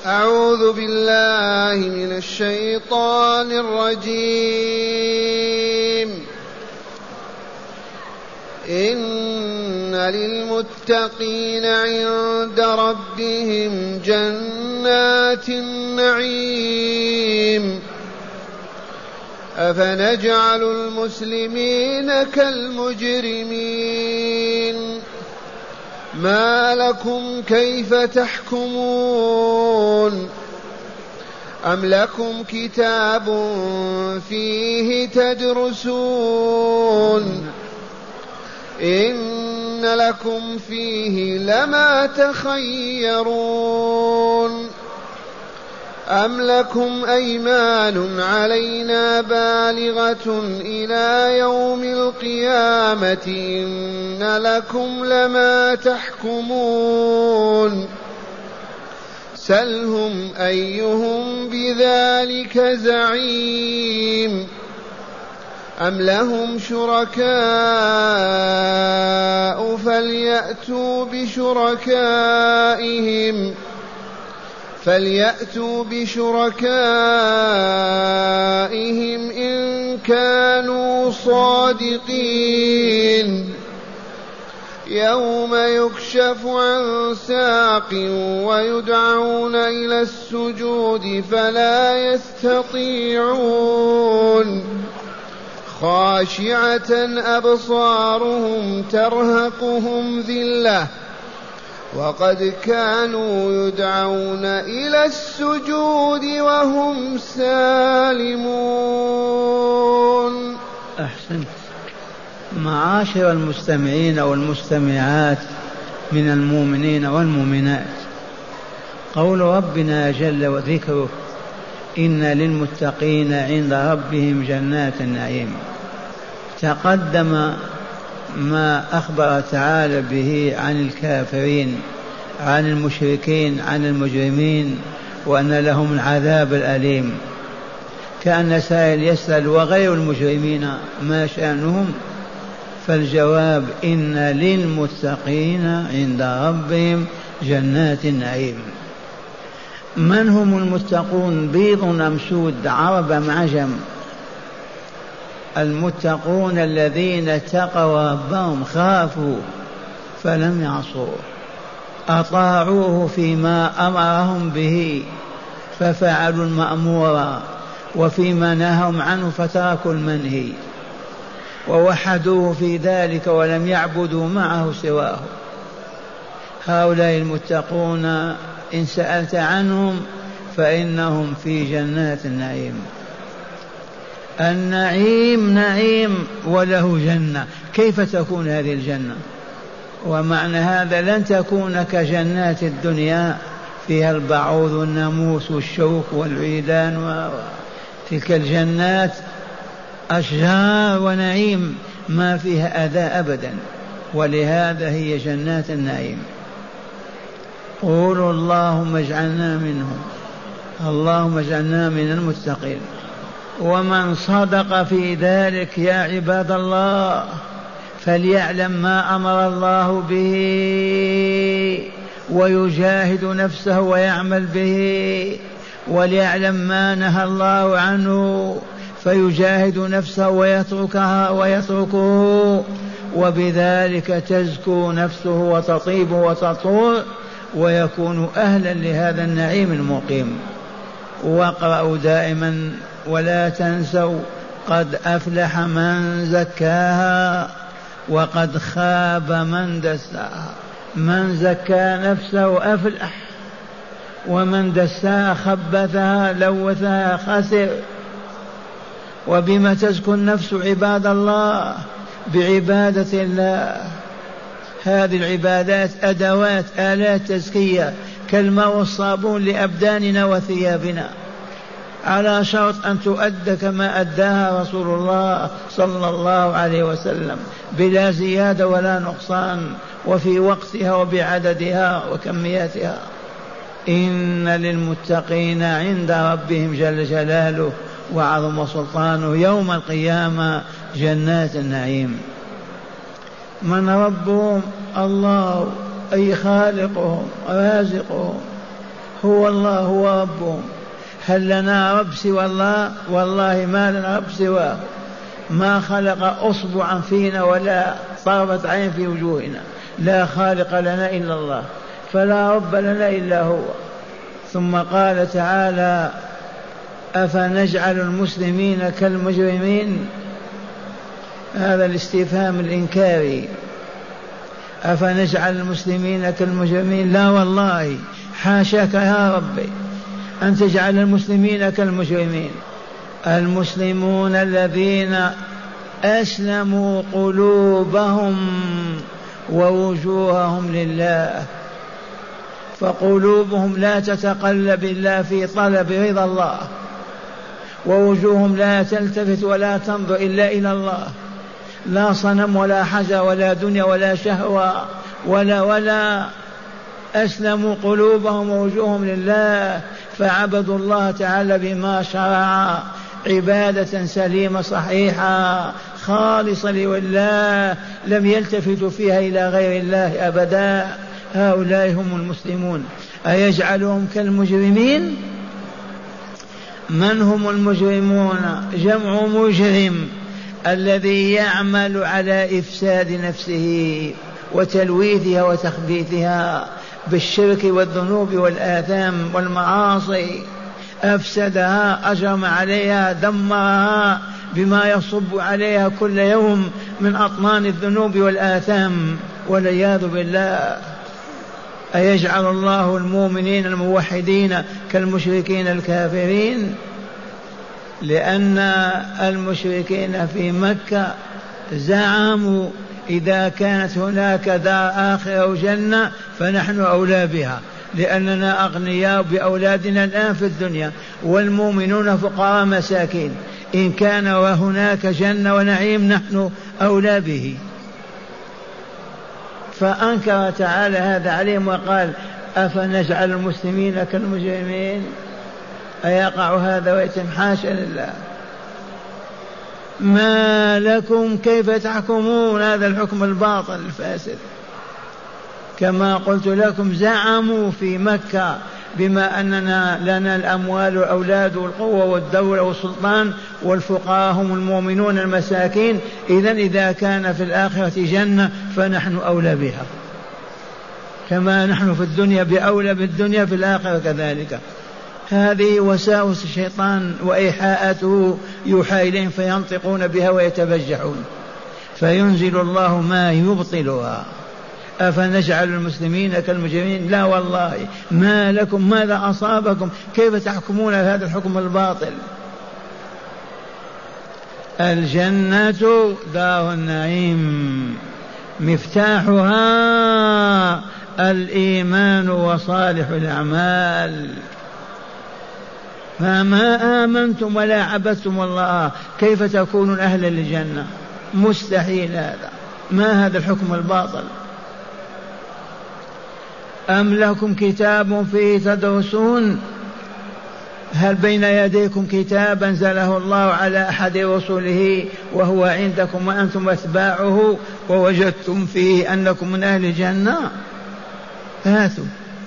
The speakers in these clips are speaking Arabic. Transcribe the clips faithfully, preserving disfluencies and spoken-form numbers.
أعوذ بالله من الشيطان الرجيم. إن للمتقين عند ربهم جنات النعيم. أفنجعل المسلمين كالمجرمين؟ ما لكم كيف تحكمون؟ أم لكم كتاب فيه تدرسون؟ إن لكم فيه لما تخيرون. أم لكم أيمان علينا بالغة إلى يوم القيامة إن لكم لما تحكمون. سلهم أيهم بذلك زعيم. أم لهم شركاء فليأتوا بشركائهم فليأتوا بشركائهم إن كانوا صادقين. يوم يكشف عن ساق ويدعون إلى السجود فلا يستطيعون. خاشعة أبصارهم ترهقهم ذلة وقد كانوا يدعون إلى السجود وهم سالمون. أحسنت. معاشر المستمعين والمستمعات من المؤمنين والمؤمنات، قول ربنا جل وذكره: إن للمتقين عند ربهم جنات النعيم. تقدم ما أخبر تعالى به عن الكافرين، عن المشركين، عن المجرمين، وأن لهم العذاب الأليم. كأن سائل يسأل: وغير المجرمين ما شأنهم؟ فالجواب: إن للمتقين عند ربهم جنات النعيم. من هم المتقون؟ بيض أم سود، عرب أم عجم؟ المتقون الذين اتقوا ربهم، خافوا فلم يعصوه، أطاعوه فيما أمرهم به ففعلوا المأمور، وفيما نهوا عنه فتركوا المنهي، ووحدوه في ذلك ولم يعبدوا معه سواه. هؤلاء المتقون إن سألت عنهم فإنهم في جنات النعيم. النعيم نعيم وله جنة، كيف تكون هذه الجنة؟ ومعنى هذا لن تكون كجنات الدنيا فيها البعوض والناموس والشوك والعيدان، وتلك الجنات أشجار ونعيم ما فيها أذى أبدا، ولهذا هي جنات النعيم. قولوا اللهم اجعلنا منهم، اللهم اجعلنا من المتقين. ومن صدق في ذلك يا عباد الله فليعلم ما أمر الله به ويجاهد نفسه ويعمل به، وليعلم ما نهى الله عنه فيجاهد نفسه ويتركها ويتركه، وبذلك تزكو نفسه وتطيب وتطور ويكون أهلا لهذا النعيم المقيم. واقرأوا دائما: ولا تنسوا قد أفلح من زكاها وقد خاب من دساها. من زكى نفسه أفلح، ومن دساها خبثها لوثها خسر. وبما تزكو النفس عباد الله؟ بعبادة الله. هذه العبادات أدوات آلات تزكية كالماء والصابون لأبداننا وثيابنا، على شرط أن تؤدى كما أداها رسول الله صلى الله عليه وسلم بلا زيادة ولا نقصان، وفي وقتها وبعددها وكمياتها. إن للمتقين عند ربهم جل جلاله وعظم سلطانه يوم القيامة جنات النعيم. من ربهم؟ الله، أي خالقهم رازقهم، هو الله هو ربهم. هل لنا رب سوى الله؟ والله ما لنا رب سواه. ما خلق أصبعا فينا ولا طرفة عين في وجوهنا. لا خالق لنا إلا الله، فلا رب لنا إلا هو. ثم قال تعالى: أفنجعل المسلمين كالمجرمين؟ هذا الاستفهام الإنكاري. أفنجعل المسلمين كالمجرمين؟ لا والله، حاشاك يا ربي أن تجعل المسلمين كالمجرمين. المسلمون الذين أسلموا قلوبهم ووجوههم لله، فقلوبهم لا تتقلب إلا في طلب رضا الله، ووجوههم لا تلتفت ولا تنظر إلا إلى الله، لا صنم ولا حجر ولا دنيا ولا شهوة ولا ولا أسلموا قلوبهم ووجوههم لله، فعبدوا الله تعالى بما شرع عبادة سليمة صحيحة خالصة لله، لم يلتفتوا فيها إلى غير الله أبدا. هؤلاء هم المسلمون. أيجعلهم كالمجرمين؟ من هم المجرمون؟ جمع مجرم، الذي يعمل على إفساد نفسه وتلويثها وتخبيثها بالشرك والذنوب والآثام والمعاصي. أفسدها، أجرم عليها، دمرها بما يصب عليها كل يوم من أطنان الذنوب والآثام والعياذ بالله. أيجعل الله المؤمنين الموحدين كالمشركين الكافرين؟ لأن المشركين في مكة زعموا إذا كانت هناك دار آخرة وجنة فنحن أولى بها، لأننا أغنياء بأولادنا الآن في الدنيا، والمؤمنون فقراء مساكين. إن كان وهناك جنة ونعيم نحن أولى به. فأنكر تعالى هذا عليهم وقال: أفنجعل المسلمين كالمجرمين؟ أيقع هذا ويتم؟ حاشا لله. ما لكم كيف تحكمون هذا الحكم الباطل الفاسد؟ كما قلت لكم، زعموا في مكة بما أننا لنا الأموال والأولاد والقوة والدولة والسلطان والفقراء هم المؤمنون المساكين، إذن إذا كان في الآخرة جنة فنحن أولى بها، كما نحن في الدنيا بأولى بالدنيا في الآخرة كذلك. هذه وساوس الشيطان وإيحاءاته، يوحى إليهم فينطقون بها ويتبجحون، فينزل الله ما يبطلها. أفنجعل المسلمين كالمجرمين؟ لا والله، ما لكم، ماذا أصابكم، كيف تحكمون هذا الحكم الباطل؟ الجنة دار النعيم، مفتاحها الإيمان وصالح الأعمال. فما آمنتم ولا عبدتم الله كيف تكونون أهلا للجنة؟ مستحيل هذا. ما هذا الحكم الباطل؟ أم لكم كتاب فيه تدرسون؟ هل بين يديكم كتاب أنزله الله على أحد رسله وهو عندكم وأنتم أتباعه ووجدتم فيه أنكم من أهل الجنة؟ هاتوا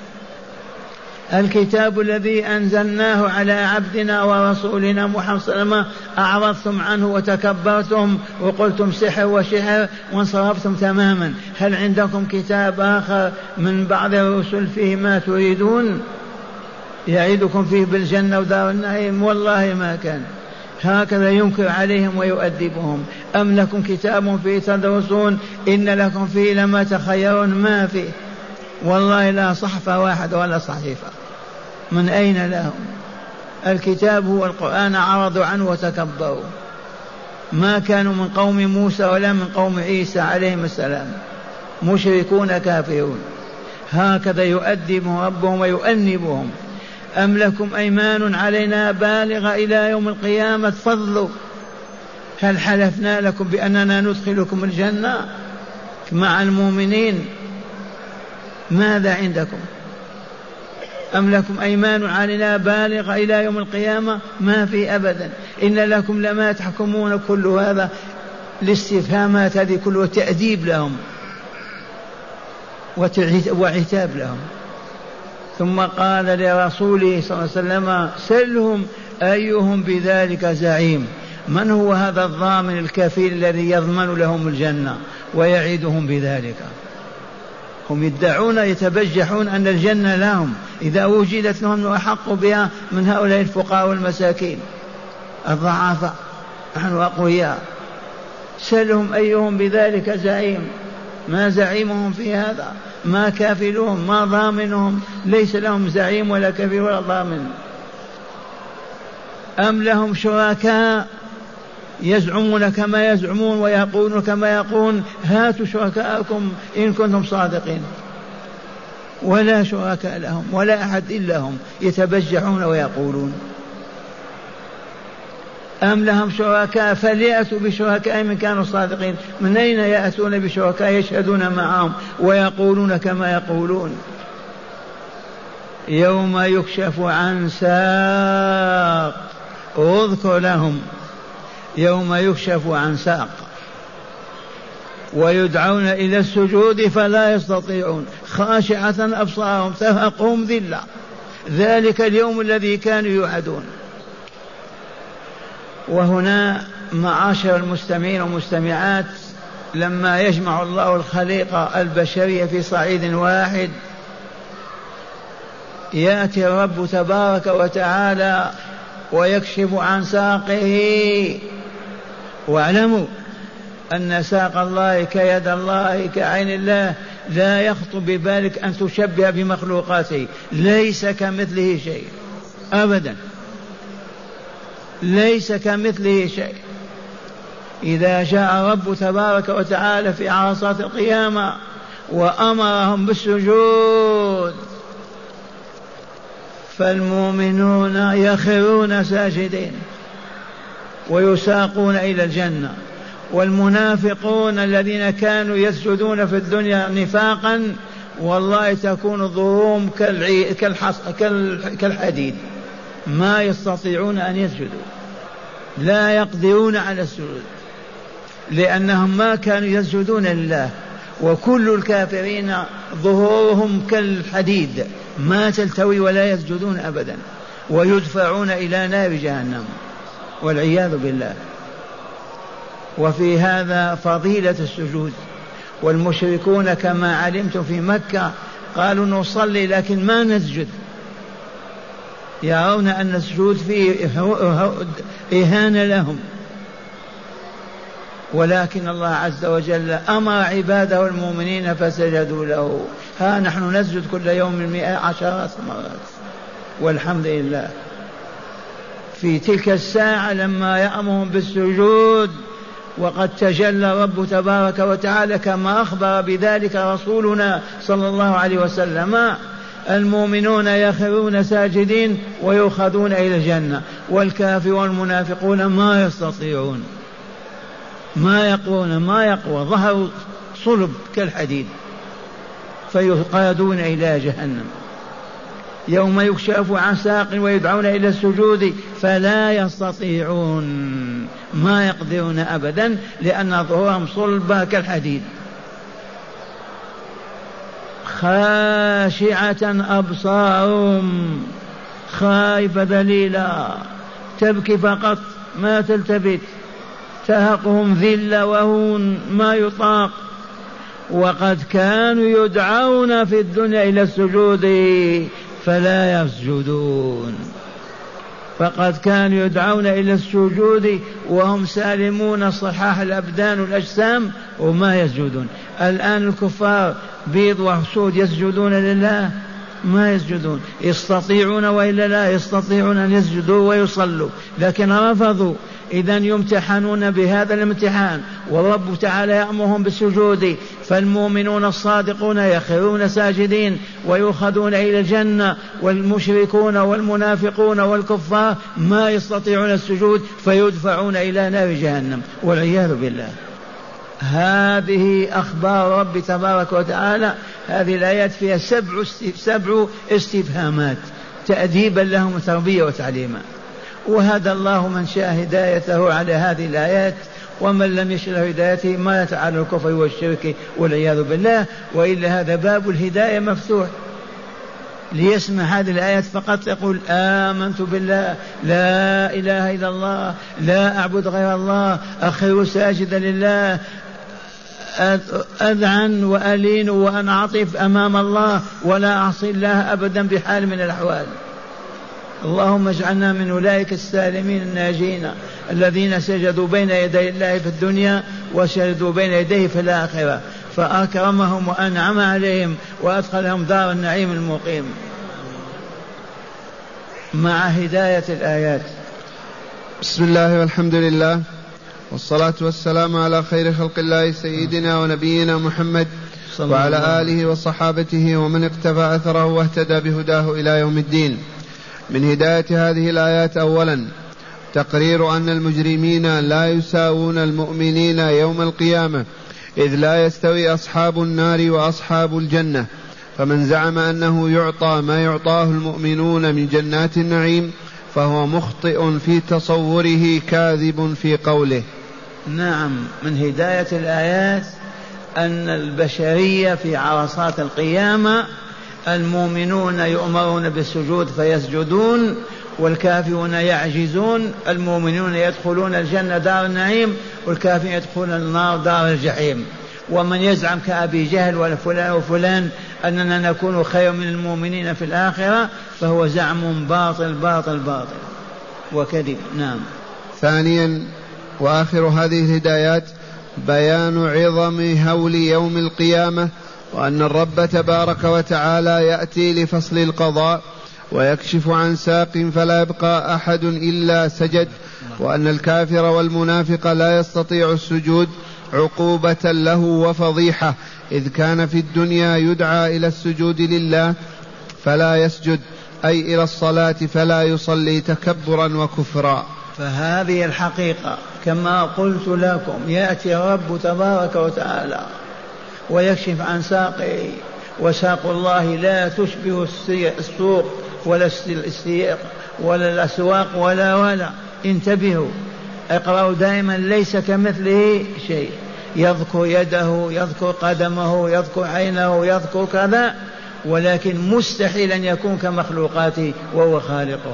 الكتاب الذي أنزلناه على عبدنا ورسولنا محمد صلى الله عليه وسلم، أعرضتم عنه وتكبرتم وقلتم سحر وشعر وانصرفتم تماما. هل عندكم كتاب آخر من بعض الرسل فيه ما تريدون يعيدكم فيه بالجنة ودار النعيم؟ والله ما كان. هكذا ينكر عليهم ويؤدبهم. أم لكم كتاب فيه تدرسون؟ إن لكم فيه لما تخيرون. ما فيه والله، لا صحفة واحدة ولا صحيفة. من أين لهم؟ الكتاب هو القرآن، عرضوا عنه وتكبروا. ما كانوا من قوم موسى ولا من قوم عيسى عليهم السلام، مشركون كافرون. هكذا يؤدبهم ربهم ويؤنبهم. أم لكم أيمان علينا بالغة إلى يوم القيامة فضلوا؟ هل حلفنا لكم بأننا ندخلكم الجنة مع المؤمنين؟ ماذا عندكم؟ أم لكم أيمان علينا بالغة إلى يوم القيامة؟ ما في أبدا. إن لكم لما تحكمون. كل هذا الاستفهامات هذه كلها تأديب لهم وعتاب لهم. ثم قال لرسوله صلى الله عليه وسلم سلهم أيهم بذلك زعيم. من هو هذا الضامن الكفيل الذي يضمن لهم الجنة ويعيدهم بذلك؟ هم يدعون يتبجحون أن الجنة لهم، إذا وجدت لهم أحق بها من هؤلاء الفقراء والمساكين الضعافة، نحن أقوياء. سلهم أيهم بذلك زعيم. ما زعيمهم في هذا؟ ما كافلهم؟ ما ضامنهم؟ ليس لهم زعيم ولا كفيل ولا ضامن. أم لهم شركاء يزعمون كما يزعمون ويقولون كما يقولون؟ هاتوا شركاءكم إن كنتم صادقين. ولا شركاء لهم ولا أحد إلا هم يتبجحون ويقولون. أم لهم شركاء فليأتوا بشركاء من كانوا صادقين. من أين يأتون بشركاء يشهدون معهم ويقولون كما يقولون؟ يوم يكشف عن ساق. اذكر لهم يوم يكشف عن ساق ويدعون إلى السجود فلا يستطيعون، خاشعة أبصارهم ترهقهم ذلة. ذلك اليوم الذي كانوا يوعدون. وهنا معاشر المستمعين والمستمعات، لما يجمع الله الخليقة البشرية في صعيد واحد يأتي الرب تبارك وتعالى ويكشف عن ساقه. واعلموا أن ساق الله كيد الله كعين الله، لا يخطر ببالك أن تشبه بمخلوقاته، ليس كمثله شيء أبدا، ليس كمثله شيء. إذا جاء رب تبارك وتعالى في عرصات القيامة وأمرهم بالسجود فالمؤمنون يخرون ساجدين ويساقون إلى الجنة، والمنافقون الذين كانوا يسجدون في الدنيا نفاقا والله تكون ظهورهم كالحديد، ما يستطيعون أن يسجدوا، لا يقدرون على السجود لأنهم ما كانوا يسجدون لله. وكل الكافرين ظهورهم كالحديد ما تلتوي ولا يسجدون أبدا، ويدفعون إلى نار جهنم والعياذ بالله. وفي هذا فضيلة السجود. والمشركون كما علمتم في مكة قالوا نصلي لكن ما نسجد، يرون أن السجود فيه إهانة لهم، ولكن الله عز وجل أمر عباده المؤمنين فسجدوا له. ها نحن نسجد كل يوم المئة عشرات مرات والحمد لله. في تلك الساعة لما يأمرهم بالسجود وقد تجلى رب تبارك وتعالى كما أخبر بذلك رسولنا صلى الله عليه وسلم، المؤمنون يخرون ساجدين ويؤخذون إلى الجنة، والكافرون والمنافقون ما يستطيعون، ما يقوون، ما يقوى، ظهروا صلب كالحديد فيقادون إلى جهنم. يوم يكشف عن ساق ويدعون إلى السجود فلا يستطيعون، ما يقدرون أبدا لأن ظهورهم صلبة كالحديد. خاشعة أبصارهم، خائفة ذليلة تبكي فقط ما تلتفت، تهقهم ذلة وهون ما يطاق. وقد كانوا يدعون في الدنيا إلى السجود فلا يسجدون، فقد كانوا يدعون إلى السجود وهم سالمون صحاح الأبدان والأجسام وما يسجدون. الآن الكفار بيض وحسود يسجدون لله؟ ما يسجدون. يستطيعون وإلا لا يستطيعون أن يسجدوا ويصلوا، لكن رفضوا. إذا يمتحنون بهذا الامتحان، والرب تعالى يأمرهم بالسجود، فالمؤمنون الصادقون يخرون ساجدين ويؤخذون إلى الجنة، والمشركون والمنافقون والكفار ما يستطيعون السجود فيدفعون إلى نار جهنم والعياذ بالله. هذه أخبار رب تبارك وتعالى. هذه الآيات فيها سبع سبع استفهامات تأديبا لهم وتربية وتعليما. وهدى الله من شاء هدايته على هذه الآيات، ومن لم يشرع هدايته مات على الكفر والشرك والعياذ بالله. وإلا هذا باب الهداية مفتوح. ليسمع هذه الآيات فقط يقول آمنت بالله لا إله إلا الله لا أعبد غير الله أخر ساجدا لله أذعن وألين وأنعطف أمام الله ولا أعصي الله أبدا بحال من الأحوال. اللهم اجعلنا من أولئك السالمين الناجين الذين سجدوا بين يدي الله في الدنيا وسجدوا بين يديه في الآخرة فأكرمهم وأنعم عليهم وأدخلهم دار النعيم المقيم. مع هداية الآيات. بسم الله والحمد لله والصلاة والسلام على خير خلق الله سيدنا ونبينا محمد وعلى آله وصحابته ومن اقتفى أثره واهتدى بهداه إلى يوم الدين. من هداية هذه الآيات أولا تقرير أن المجرمين لا يساوون المؤمنين يوم القيامة، إذ لا يستوي أصحاب النار وأصحاب الجنة، فمن زعم أنه يعطى ما يعطاه المؤمنون من جنات النعيم فهو مخطئ في تصوره كاذب في قوله. نعم، من هداية الآيات أن البشرية في عرصات القيامة المؤمنون يؤمرون بالسجود فيسجدون والكافرون يعجزون، المؤمنون يدخلون الجنة دار النعيم والكافرون يدخلون النار دار الجحيم. ومن يزعم كأبي جهل وفلان وفلان أننا نكون خير من المؤمنين في الآخرة فهو زعم باطل باطل باطل وكذب. نعم. ثانيا وآخر هذه الهدايات بيان عظم هول يوم القيامة، وأن الرب تبارك وتعالى يأتي لفصل القضاء ويكشف عن ساق فلا يبقى أحد إلا سجد، وأن الكافر والمنافق لا يستطيع السجود عقوبة له وفضيحة، إذ كان في الدنيا يدعى إلى السجود لله فلا يسجد، أي إلى الصلاة فلا يصلي تكبرا وكفرا. فهذه الحقيقة كما قلت لكم، يأتي الرب تبارك وتعالى ويكشف عن ساقه، وساق الله لا تشبه السوق ولا السياق ولا الأسواق ولا ولا انتبهوا اقرأوا دائما ليس كمثله شيء، يذكر يده يذكر قدمه يذكر عينه يذكر كذا، ولكن مستحيل أن يكون كمخلوقاته وهو خالقه.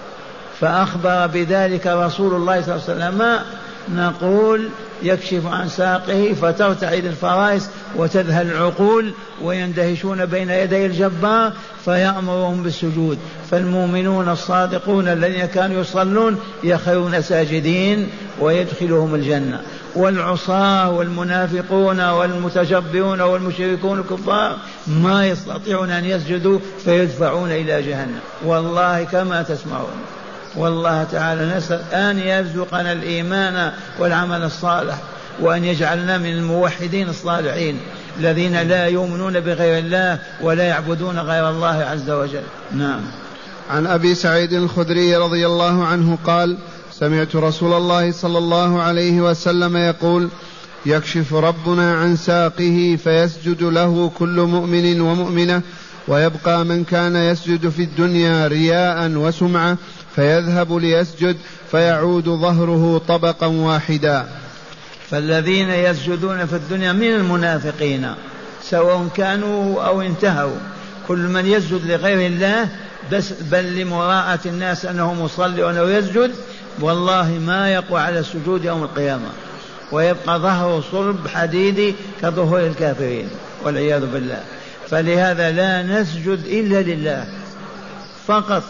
فأخبر بذلك رسول الله صلى الله عليه وسلم، نقول يكشف عن ساقه فترتعد الفرائس وتذهل العقول ويندهشون بين يدي الجبار فيأمرهم بالسجود. فالمؤمنون الصادقون الذين كانوا يصلون يخرون ساجدين ويدخلهم الجنة، والعصاة والمنافقون والمتجبرون والمشركون الكفار ما يستطيعون أن يسجدوا فيدفعون إلى جهنم. والله كما تسمعون. والله تعالى نسأل أن يرزقنا الإيمان والعمل الصالح، وأن يجعلنا من الموحدين الصالحين الذين لا يؤمنون بغير الله ولا يعبدون غير الله عز وجل. نعم. عن أبي سعيد الخدري رضي الله عنه قال: سمعت رسول الله صلى الله عليه وسلم يقول: يكشف ربنا عن ساقه فيسجد له كل مؤمن ومؤمنة، ويبقى من كان يسجد في الدنيا رياء وسمعة فيذهب ليسجد فيعود ظهره طبقا واحدا. فالذين يسجدون في الدنيا من المنافقين سواء كانوا أو انتهوا، كل من يسجد لغير الله بس بل لمراءة الناس أنه مصلي وأنه يسجد، والله ما يقوى على السجود يوم القيامة، ويبقى ظهره صلب حديدي كظهور الكافرين والعياذ بالله. فلهذا لا نسجد إلا لله فقط،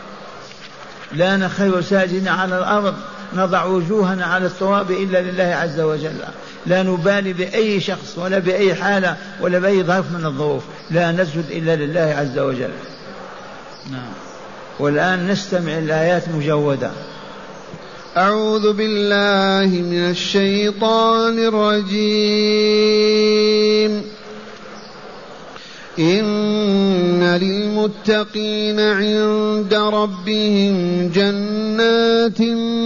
لا نخر ساجدين على الأرض نضع وجوهنا على التراب إلا لله عز وجل، لا نبالي بأي شخص ولا بأي حالة ولا بأي ظرف من الظروف، لا نسجد إلا لله عز وجل. نعم. والآن نستمع الآيات مجودة. أعوذ بالله من الشيطان الرجيم. إن للمتقين عند ربهم جنات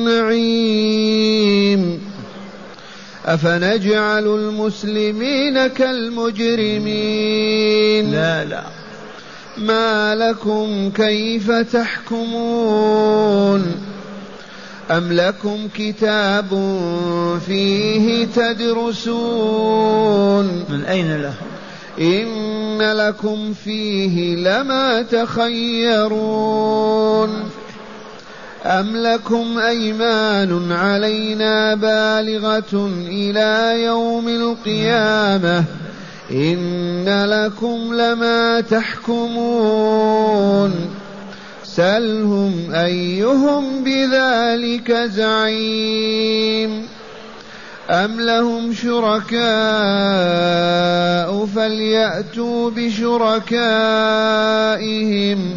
النعيم أفنجعل المسلمين كالمجرمين لا لا ما لكم كيف تحكمون أم لكم كتاب فيه تدرسون من أين لهم إن لكم فيه لما تخيرون أم لكم أيمان علينا بالغة إلى يوم القيامة إن لكم لما تحكمون سلهم أيهم بذلك زعيم أم لهم شركاء فليأتوا بشركائهم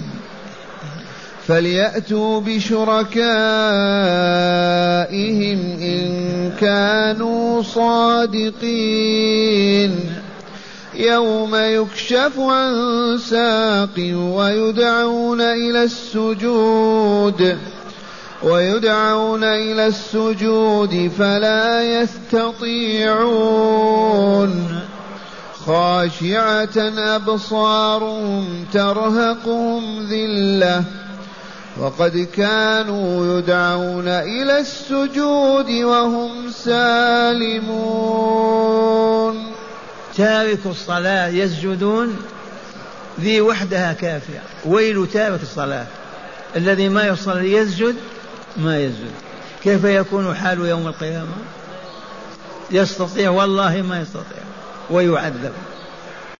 فليأتوا بشركائهم إن كانوا صادقين يوم يكشف عن ساق ويدعون إلى السجود ويدعون إلى السجود فلا يستطيعون خاشعة أبصارهم ترهقهم ذلة وقد كانوا يدعون إلى السجود وهم سالمون. تارك الصلاة يسجدون ذي وحدها كافية. ويل تارك الصلاة الذي ما يصلي يسجد ما يسجد. كيف يكون حال يوم القيامة؟ يستطيع والله ما يستطيع ويعذب.